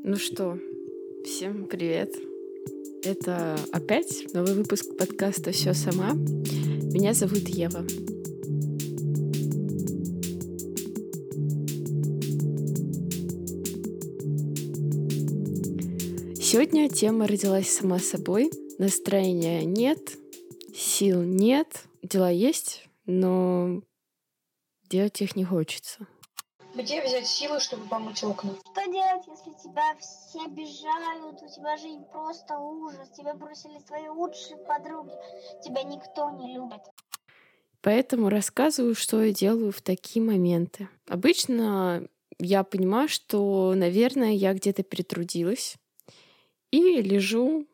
Ну что, всем привет. Это опять новый выпуск подкаста «Всё сама». Меня зовут Ева. Сегодня тема родилась сама собой. Настроения нет, сил нет, дела есть, но делать их не хочется. Где взять силы, чтобы помыть окна? Что делать, если тебя все обижают, у тебя жизнь просто ужас, тебя бросили твои лучшие подруги, тебя никто не любит. Поэтому рассказываю, что я делаю в такие моменты. Обычно я понимаю, что, наверное, я где-то перетрудилась, и лежу.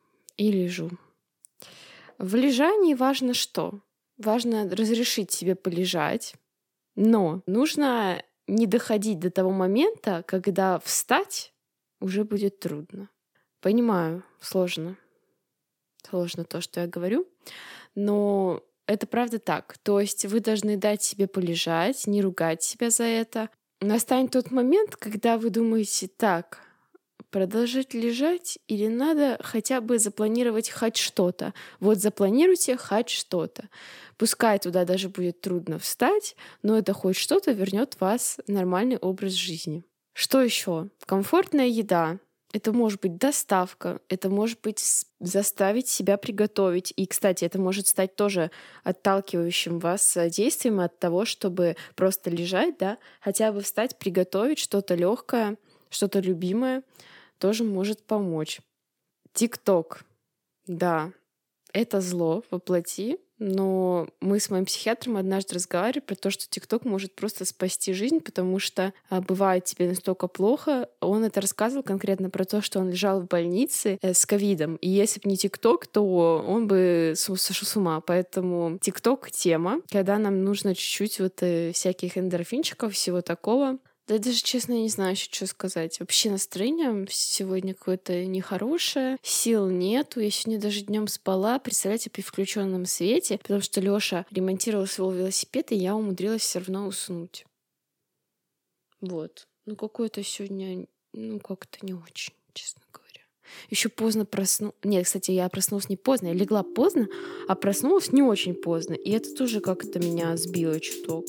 В лежании важно что? Важно разрешить себе полежать, но нужно не доходить до того момента, когда встать уже будет трудно. Понимаю, сложно то, что я говорю, но это правда так. То есть вы должны дать себе полежать, не ругать себя за это. Настанет тот момент, когда вы думаете: так, продолжать лежать или надо хотя бы запланировать хоть что-то. Вот запланируйте хоть что-то. Пускай туда даже будет трудно встать, но это хоть что-то вернет вас в нормальный образ жизни. Что еще? Комфортная еда. Это может быть доставка, это может быть заставить себя приготовить. И, кстати, это может стать тоже отталкивающим вас действием от того, чтобы просто лежать, да, хотя бы встать, приготовить что-то легкое, что-то любимое, тоже может помочь. ТикТок. Да, это зло воплоти, но мы с моим психиатром однажды разговаривали про то, что ТикТок может просто спасти жизнь, потому что бывает тебе настолько плохо. Он это рассказывал конкретно про то, что он лежал в больнице с ковидом, и если бы не ТикТок, то он бы сошел с ума. Поэтому ТикТок — тема, когда нам нужно чуть-чуть всяких эндорфинчиков, всего такого. Да даже, честно, я не знаю еще, что сказать. Вообще настроение сегодня какое-то нехорошее, сил нету. Я сегодня даже днем спала, представляете, при включенном свете, потому что Лёша ремонтировал свой велосипед, и я умудрилась все равно уснуть. Вот. Какое-то сегодня, как-то не очень, честно говоря. Еще поздно проснулась. Нет, кстати, я проснулась не поздно, я легла поздно, а проснулась не очень поздно. И это тоже как-то меня сбило чуток.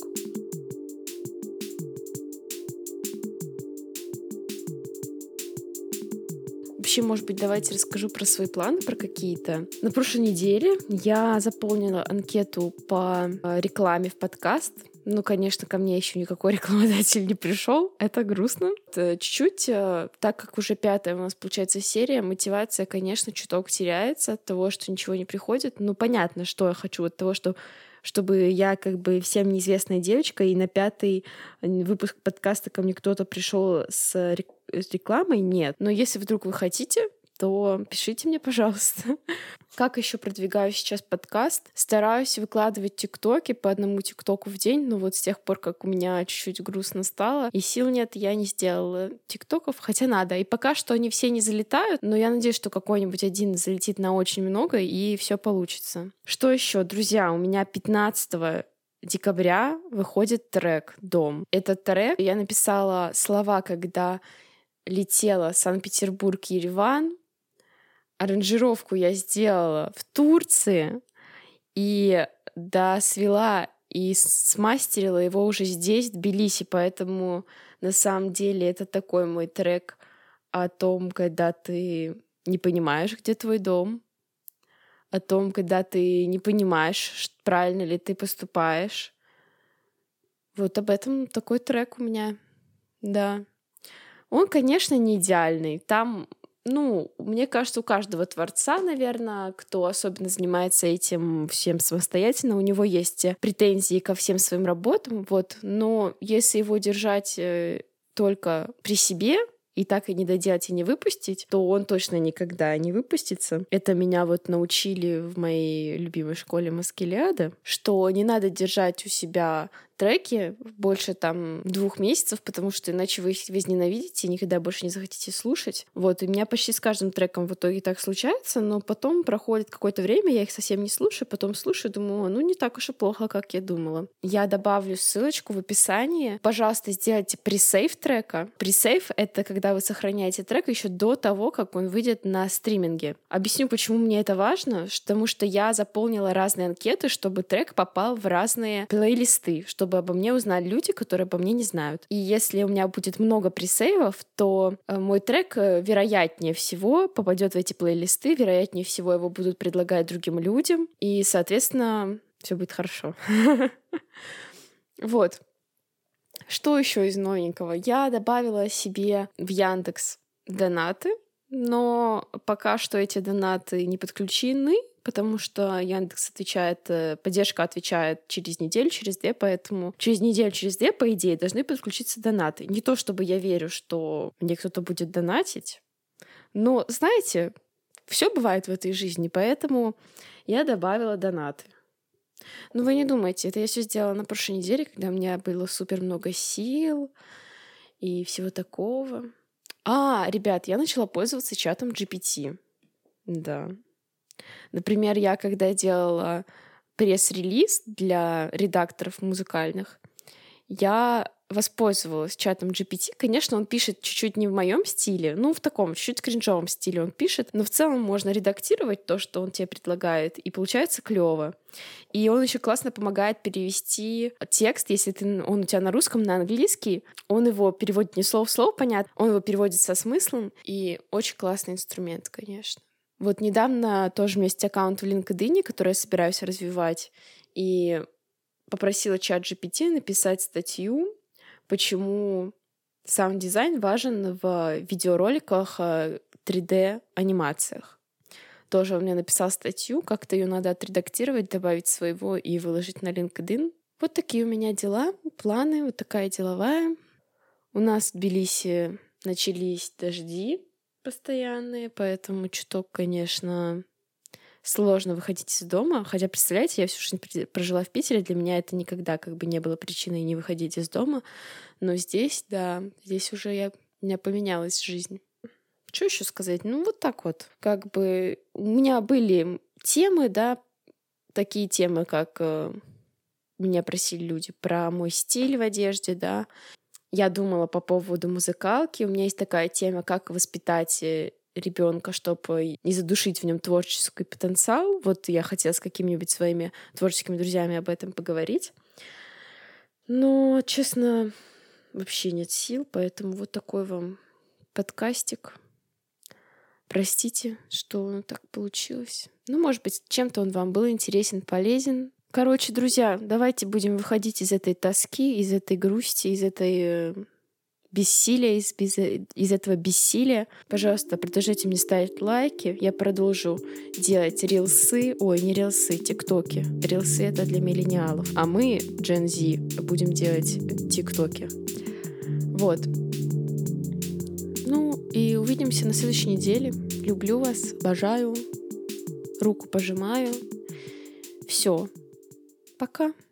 Вообще, может быть, давайте расскажу про свои планы, про какие-то. На прошлой неделе я заполнила анкету по рекламе в подкаст. Конечно, ко мне еще никакой рекламодатель не пришел. Это грустно. Чуть-чуть, так как уже 5-я у нас получается серия, мотивация, конечно, чуток теряется от того, что ничего не приходит. Понятно, что я хочу от того, чтобы я всем неизвестная девочка, и на 5-й выпуск подкаста ко мне кто-то пришел с рекламой, нет. Но если вдруг вы хотите, то пишите мне, пожалуйста. Как еще продвигаю сейчас подкаст? Стараюсь выкладывать тиктоки, по одному тиктоку в день, с тех пор, как у меня чуть-чуть грустно стало, и сил нет, я не сделала тиктоков, хотя надо. И пока что они все не залетают, но я надеюсь, что какой-нибудь один залетит на очень много, и все получится. Что еще, друзья? У меня 15 декабря выходит трек «Дом». Этот трек я написала слова, когда летела Санкт-Петербург-Ереван. Аранжировку я сделала в Турции и свела и смастерила его уже здесь, в Тбилиси. Поэтому на самом деле это такой мой трек о том, когда ты не понимаешь, где твой дом, о том, когда ты не понимаешь, правильно ли ты поступаешь. Вот об этом такой трек у меня, да. Он, конечно, не идеальный. Там, мне кажется, у каждого творца, наверное, кто особенно занимается этим всем самостоятельно, у него есть претензии ко всем своим работам, но если его держать только при себе и так и не доделать и не выпустить, то он точно никогда не выпустится. Это меня научили в моей любимой школе Маскелиада, что не надо держать у себя треки больше там 2 месяцев, потому что иначе вы их возненавидите и никогда больше не захотите слушать. Вот, и у меня почти с каждым треком в итоге так случается, но потом проходит какое-то время, я их совсем не слушаю, потом слушаю, думаю, ну не так уж и плохо, как я думала. Я добавлю ссылочку в описании. Пожалуйста, сделайте пресейв трека. Пресейв — это когда вы сохраняете трек еще до того, как он выйдет на стриминге. Объясню, почему мне это важно, потому что я заполнила разные анкеты, чтобы трек попал в разные плейлисты, чтобы обо мне узнали люди, которые обо мне не знают. И если у меня будет много пресейвов, то мой трек, вероятнее всего, попадет в эти плейлисты, вероятнее всего его будут предлагать другим людям, и, соответственно, все будет хорошо. Вот. Что еще из новенького? Я добавила себе в Яндекс донаты, но пока что эти донаты не подключены, потому что Яндекс отвечает, поддержка отвечает через неделю, через 2, поэтому через неделю, через 2, по идее, должны подключиться донаты. Не то чтобы я верю, что мне кто-то будет донатить, но, знаете, все бывает в этой жизни, поэтому я добавила донаты. Ну, вы не думайте, это я все сделала на прошлой неделе, когда у меня было супер много сил и всего такого. Ребят, я начала пользоваться чатом GPT. Да. Например, я когда делала пресс-релиз для редакторов музыкальных, я воспользовалась чатом GPT. Конечно, он пишет чуть-чуть не в моем стиле, в таком чуть-чуть кринжовом стиле он пишет, но в целом можно редактировать то, что он тебе предлагает, и получается клево. И он еще классно помогает перевести текст, если он у тебя на русском, на английский, он его переводит не слово в слово, понятно, он его переводит со смыслом, и очень классный инструмент, конечно. Вот недавно тоже у меня есть аккаунт в LinkedIn, который я собираюсь развивать, и попросила чат GPT написать статью, почему саунд-дизайн важен в видеороликах 3D-анимациях. Тоже он мне написал статью, как-то ее надо отредактировать, добавить своего и выложить на LinkedIn. Вот такие у меня дела, планы, вот такая деловая. У нас в Тбилиси начались дожди постоянные, поэтому чуток, конечно, сложно выходить из дома. Хотя, представляете, я всю жизнь прожила в Питере, для меня это никогда не было причиной не выходить из дома. Но здесь, да, здесь уже у меня поменялась жизнь. Что еще сказать? Вот так вот. У меня были темы, да, такие темы, как меня просили люди про мой стиль в одежде, да. Я думала по поводу музыкалки. У меня есть такая тема, как воспитать ребенка, чтобы не задушить в нем творческий потенциал. Вот я хотела с какими-нибудь своими творческими друзьями об этом поговорить. Но, честно, вообще нет сил, поэтому вот такой вам подкастик. Простите, что так получилось. Может быть, чем-то он вам был интересен, полезен. Короче, друзья, давайте будем выходить из этой тоски, из этой грусти, из этой бессилия, из этого бессилия. Пожалуйста, продолжайте мне ставить лайки. Я продолжу делать рилсы. Не рилсы, тиктоки. Рилсы — это для миллениалов. А мы, Gen Z, будем делать тиктоки. Вот. И увидимся на следующей неделе. Люблю вас, обожаю, руку пожимаю. Все. Пока.